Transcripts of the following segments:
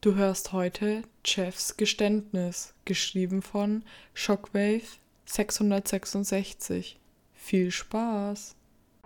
Du hörst heute Jeffs Geständnis, geschrieben von Shockwave 666. Viel Spaß!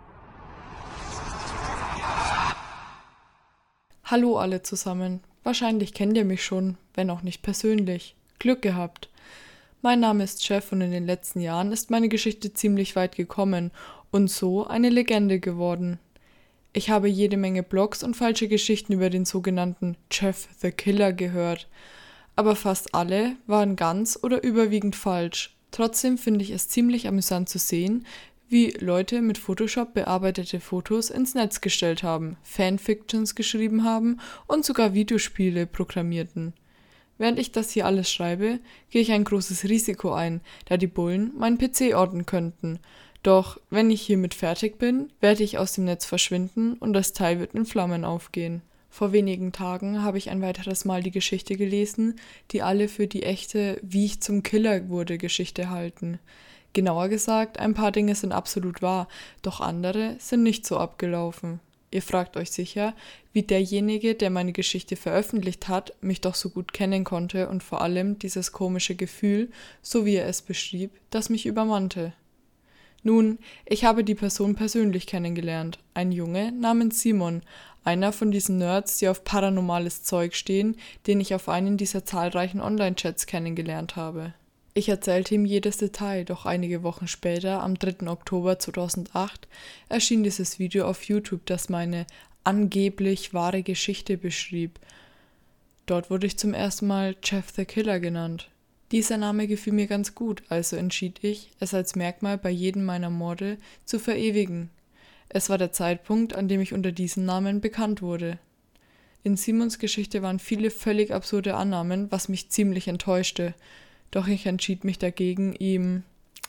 Hallo alle zusammen. Wahrscheinlich kennt ihr mich schon, wenn auch nicht persönlich. Glück gehabt. Mein Name ist Jeff und in den letzten Jahren ist meine Geschichte ziemlich weit gekommen und so eine Legende geworden. Ich habe jede Menge Blogs und falsche Geschichten über den sogenannten Jeff the Killer gehört, aber fast alle waren ganz oder überwiegend falsch. Trotzdem finde ich es ziemlich amüsant zu sehen, wie Leute mit Photoshop bearbeitete Fotos ins Netz gestellt haben, Fanfictions geschrieben haben und sogar Videospiele programmierten. Während ich das hier alles schreibe, gehe ich ein großes Risiko ein, da die Bullen meinen PC orten könnten. Doch wenn ich hiermit fertig bin, werde ich aus dem Netz verschwinden und das Teil wird in Flammen aufgehen. Vor wenigen Tagen habe ich ein weiteres Mal die Geschichte gelesen, die alle für die echte Wie ich zum Killer wurde Geschichte halten. Genauer gesagt, ein paar Dinge sind absolut wahr, doch andere sind nicht so abgelaufen. Ihr fragt euch sicher, wie derjenige, der meine Geschichte veröffentlicht hat, mich doch so gut kennen konnte und vor allem dieses komische Gefühl, so wie er es beschrieb, das mich übermannte. Nun, ich habe die Person persönlich kennengelernt, ein Junge namens Simon, einer von diesen Nerds, die auf paranormales Zeug stehen, den ich auf einen dieser zahlreichen Online-Chats kennengelernt habe. Ich erzählte ihm jedes Detail, doch einige Wochen später, am 3. Oktober 2008, erschien dieses Video auf YouTube, das meine angeblich wahre Geschichte beschrieb. Dort wurde ich zum ersten Mal Jeff the Killer genannt. Dieser Name gefiel mir ganz gut, also entschied ich, es als Merkmal bei jedem meiner Morde zu verewigen. Es war der Zeitpunkt, an dem ich unter diesem Namen bekannt wurde. In Simons Geschichte waren viele völlig absurde Annahmen, was mich ziemlich enttäuschte. Doch ich entschied mich dagegen, ihm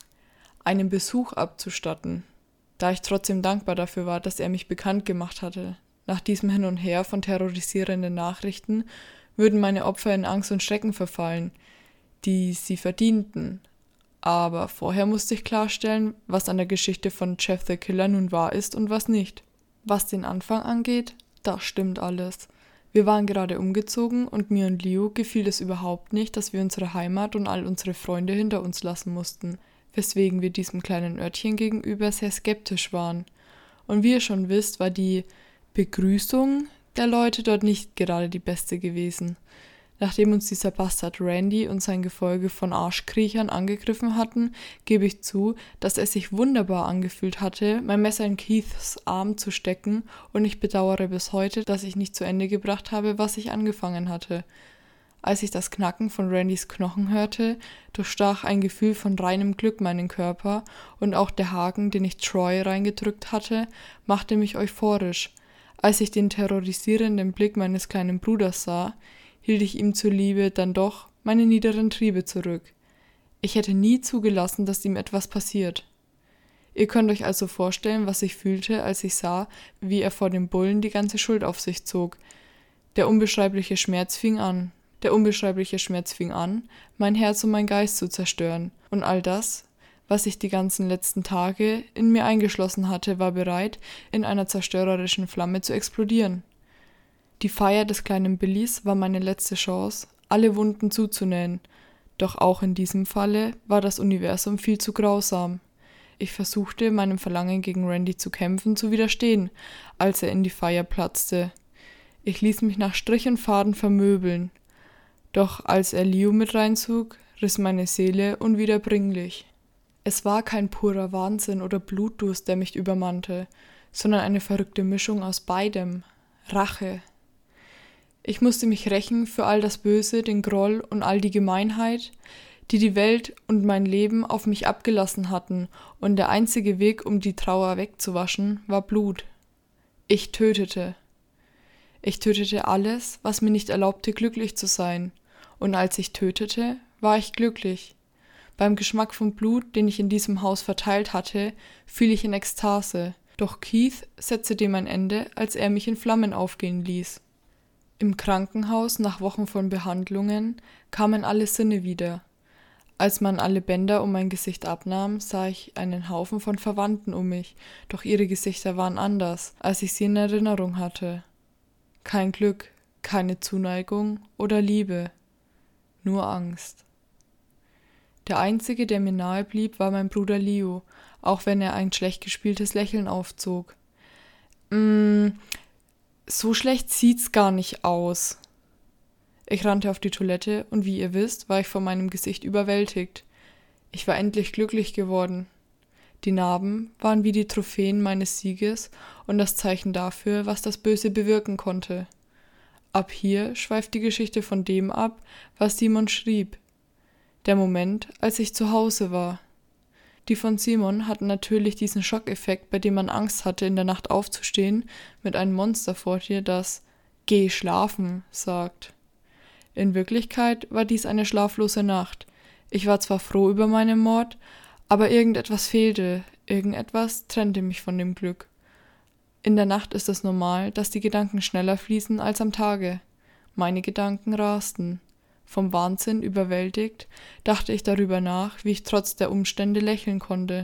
einen Besuch abzustatten, da ich trotzdem dankbar dafür war, dass er mich bekannt gemacht hatte. Nach diesem Hin und Her von terrorisierenden Nachrichten würden meine Opfer in Angst und Schrecken verfallen, die sie verdienten. Aber vorher musste ich klarstellen, was an der Geschichte von Jeff the Killer nun wahr ist und was nicht. Was den Anfang angeht, da stimmt alles. Wir waren gerade umgezogen und mir und Leo gefiel es überhaupt nicht, dass wir unsere Heimat und all unsere Freunde hinter uns lassen mussten, weswegen wir diesem kleinen Örtchen gegenüber sehr skeptisch waren. Und wie ihr schon wisst, war die Begrüßung der Leute dort nicht gerade die beste gewesen. Nachdem uns dieser Bastard Randy und sein Gefolge von Arschkriechern angegriffen hatten, gebe ich zu, dass es sich wunderbar angefühlt hatte, mein Messer in Keiths Arm zu stecken und ich bedauere bis heute, dass ich nicht zu Ende gebracht habe, was ich angefangen hatte. Als ich das Knacken von Randys Knochen hörte, durchstach ein Gefühl von reinem Glück meinen Körper und auch der Haken, den ich Troy reingedrückt hatte, machte mich euphorisch. Als ich den terrorisierenden Blick meines kleinen Bruders sah, hielt ich ihm zuliebe dann doch meine niederen Triebe zurück. Ich hätte nie zugelassen, dass ihm etwas passiert. Ihr könnt euch also vorstellen, was ich fühlte, als ich sah, wie er vor dem Bullen die ganze Schuld auf sich zog. Der unbeschreibliche Schmerz fing an, mein Herz und mein Geist zu zerstören. Und all das, was ich die ganzen letzten Tage in mir eingeschlossen hatte, war bereit, in einer zerstörerischen Flamme zu explodieren. Die Feier des kleinen Billys war meine letzte Chance, alle Wunden zuzunähen. Doch auch in diesem Falle war das Universum viel zu grausam. Ich versuchte, meinem Verlangen gegen Randy zu kämpfen, zu widerstehen, als er in die Feier platzte. Ich ließ mich nach Strich und Faden vermöbeln. Doch als er Leo mit reinzog, riss meine Seele unwiederbringlich. Es war kein purer Wahnsinn oder Blutdurst, der mich übermannte, sondern eine verrückte Mischung aus beidem. Rache. Ich musste mich rächen für all das Böse, den Groll und all die Gemeinheit, die die Welt und mein Leben auf mich abgelassen hatten, und der einzige Weg, um die Trauer wegzuwaschen, war Blut. Ich tötete. Ich tötete alles, was mir nicht erlaubte, glücklich zu sein, und als ich tötete, war ich glücklich. Beim Geschmack von Blut, den ich in diesem Haus verteilt hatte, fiel ich in Ekstase, doch Keith setzte dem ein Ende, als er mich in Flammen aufgehen ließ. Im Krankenhaus, nach Wochen von Behandlungen, kamen alle Sinne wieder. Als man alle Bänder um mein Gesicht abnahm, sah ich einen Haufen von Verwandten um mich, doch ihre Gesichter waren anders, als ich sie in Erinnerung hatte. Kein Glück, Keine Zuneigung oder Liebe, nur Angst. Der Einzige, der mir nahe blieb, war mein Bruder Leo, auch wenn er ein schlecht gespieltes Lächeln aufzog. So schlecht sieht's gar nicht aus. Ich rannte auf die Toilette und wie ihr wisst, war ich von meinem Gesicht überwältigt. Ich war endlich glücklich geworden. Die Narben waren wie die Trophäen meines Sieges und das Zeichen dafür, was das Böse bewirken konnte. Ab hier schweift die Geschichte von dem ab, was Simon schrieb. Der Moment, als ich zu Hause war. Die von Simon hatten natürlich diesen Schockeffekt, bei dem man Angst hatte, in der Nacht aufzustehen, mit einem Monster vor dir, das »Geh schlafen« sagt. In Wirklichkeit war dies eine schlaflose Nacht. Ich war zwar froh über meinen Mord, aber irgendetwas fehlte, irgendetwas trennte mich von dem Glück. In der Nacht ist es normal, dass die Gedanken schneller fließen als am Tage. Meine Gedanken rasten. Vom Wahnsinn überwältigt, dachte ich darüber nach, wie ich trotz der Umstände lächeln konnte.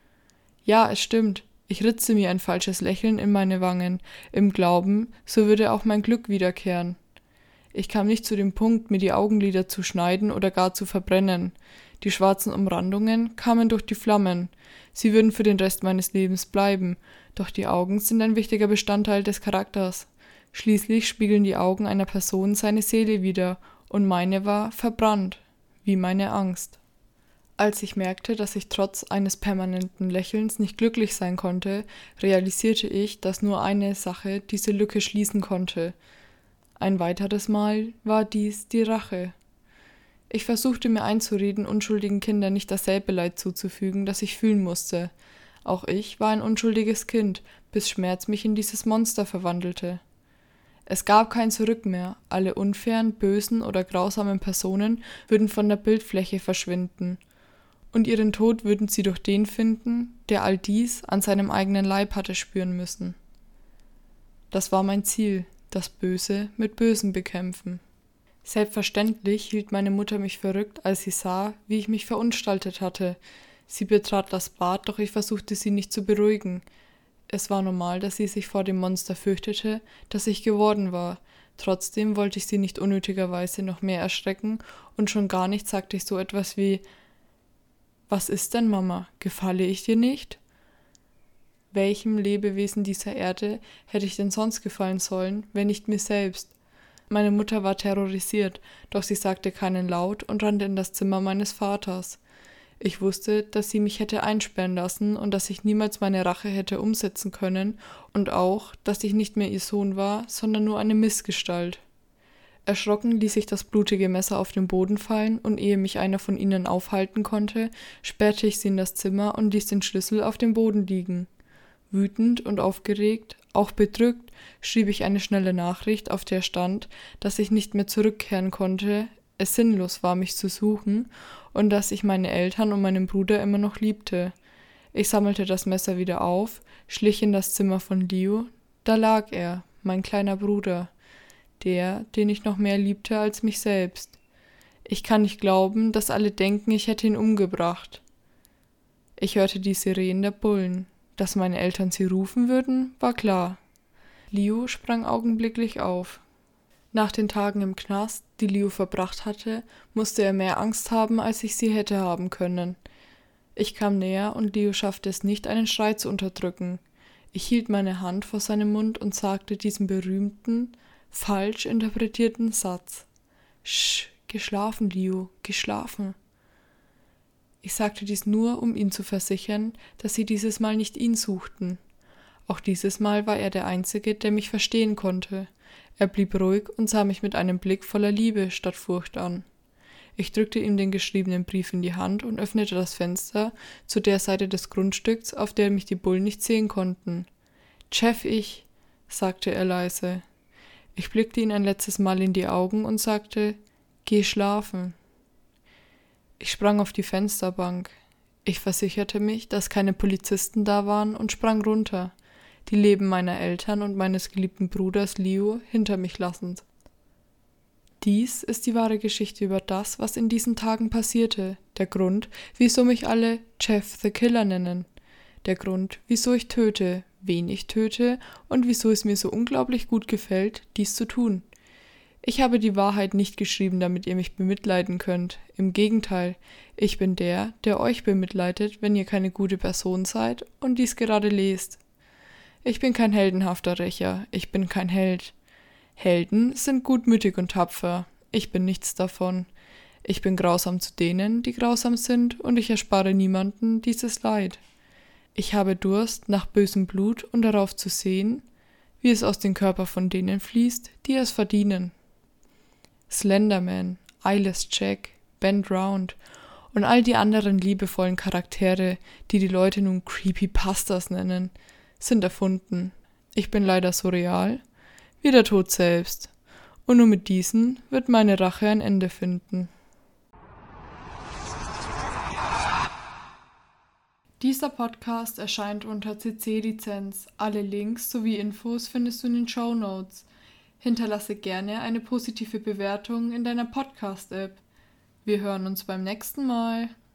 Ja, es stimmt, ich ritze mir ein falsches Lächeln in meine Wangen, im Glauben, so würde auch mein Glück wiederkehren. Ich kam nicht zu dem Punkt, mir die Augenlider zu schneiden oder gar zu verbrennen. Die schwarzen Umrandungen kamen durch die Flammen. Sie würden für den Rest meines Lebens bleiben, doch die Augen sind ein wichtiger Bestandteil des Charakters. Schließlich spiegeln die Augen einer Person seine Seele wider, und meine war verbrannt, wie meine Angst. Als ich merkte, dass ich trotz eines permanenten Lächelns nicht glücklich sein konnte, realisierte ich, dass nur eine Sache diese Lücke schließen konnte. Ein weiteres Mal war dies die Rache. Ich versuchte mir einzureden, unschuldigen Kindern nicht dasselbe Leid zuzufügen, das ich fühlen musste. Auch ich war ein unschuldiges Kind, bis Schmerz mich in dieses Monster verwandelte. Es gab kein Zurück mehr, alle unfairen, bösen oder grausamen Personen würden von der Bildfläche verschwinden. Und ihren Tod würden sie durch den finden, der all dies an seinem eigenen Leib hatte spüren müssen. Das war mein Ziel, das Böse mit Bösem bekämpfen. Selbstverständlich hielt meine Mutter mich verrückt, als sie sah, wie ich mich verunstaltet hatte. Sie betrat das Bad, doch ich versuchte sie nicht zu beruhigen. Es war normal, dass sie sich vor dem Monster fürchtete, das ich geworden war. Trotzdem wollte ich sie nicht unnötigerweise noch mehr erschrecken und schon gar nicht sagte ich so etwas wie »Was ist denn, Mama? Gefalle ich dir nicht?« Welchem Lebewesen dieser Erde hätte ich denn sonst gefallen sollen, wenn nicht mir selbst? Meine Mutter war terrorisiert, doch sie sagte keinen Laut und rannte in das Zimmer meines Vaters. Ich wusste, dass sie mich hätte einsperren lassen und dass ich niemals meine Rache hätte umsetzen können und auch, dass ich nicht mehr ihr Sohn war, sondern nur eine Missgestalt. Erschrocken ließ ich das blutige Messer auf den Boden fallen und ehe mich einer von ihnen aufhalten konnte, sperrte ich sie in das Zimmer und ließ den Schlüssel auf dem Boden liegen. Wütend und aufgeregt, auch bedrückt, schrieb ich eine schnelle Nachricht, auf der stand, dass ich nicht mehr zurückkehren konnte, es sinnlos war, mich zu suchen und dass ich meine Eltern und meinen Bruder immer noch liebte. Ich sammelte das Messer wieder auf, schlich in das Zimmer von Leo, da lag er, mein kleiner Bruder, der, den ich noch mehr liebte als mich selbst. Ich kann nicht glauben, dass alle denken, ich hätte ihn umgebracht. Ich hörte die Sirenen der Bullen. Dass meine Eltern sie rufen würden, war klar. Leo sprang augenblicklich auf. Nach den Tagen im Knast, die Leo verbracht hatte, musste er mehr Angst haben, als ich sie hätte haben können. Ich kam näher und Leo schaffte es nicht, einen Schrei zu unterdrücken. Ich hielt meine Hand vor seinem Mund und sagte diesen berühmten, falsch interpretierten Satz. »Sch, geschlafen, Leo, geschlafen.« Ich sagte dies nur, um ihn zu versichern, dass sie dieses Mal nicht ihn suchten. Auch dieses Mal war er der Einzige, der mich verstehen konnte. Er blieb ruhig und sah mich mit einem Blick voller Liebe statt Furcht an. Ich drückte ihm den geschriebenen Brief in die Hand und öffnete das Fenster zu der Seite des Grundstücks, auf der mich die Bullen nicht sehen konnten. »Jeff, ich«, sagte er leise. Ich blickte ihn ein letztes Mal in die Augen und sagte, »Geh schlafen.« Ich sprang auf die Fensterbank. Ich versicherte mich, dass keine Polizisten da waren und sprang runter, die Leben meiner Eltern und meines geliebten Bruders Leo hinter mich lassend. Dies ist die wahre Geschichte über das, was in diesen Tagen passierte, der Grund, wieso mich alle Jeff the Killer nennen, der Grund, wieso ich töte, wen ich töte und wieso es mir so unglaublich gut gefällt, dies zu tun. Ich habe die Wahrheit nicht geschrieben, damit ihr mich bemitleiden könnt. Im Gegenteil, ich bin der, der euch bemitleidet, wenn ihr keine gute Person seid und dies gerade lest. Ich bin kein heldenhafter Rächer, ich bin kein Held. Helden sind gutmütig und tapfer, ich bin nichts davon. Ich bin grausam zu denen, die grausam sind, und ich erspare niemanden dieses Leid. Ich habe Durst nach bösem Blut und darauf zu sehen, wie es aus den Körpern von denen fließt, die es verdienen. Slenderman, Eyeless Jack, Ben Round und all die anderen liebevollen Charaktere, die Leute nun Creepypastas nennen, sind erfunden. Ich bin leider so real wie der Tod selbst, und nur mit diesen wird meine Rache ein Ende finden. Dieser Podcast erscheint unter CC-Lizenz. Alle Links sowie Infos findest du in den Shownotes. Hinterlasse gerne eine positive Bewertung in deiner Podcast-App. Wir hören uns beim nächsten Mal.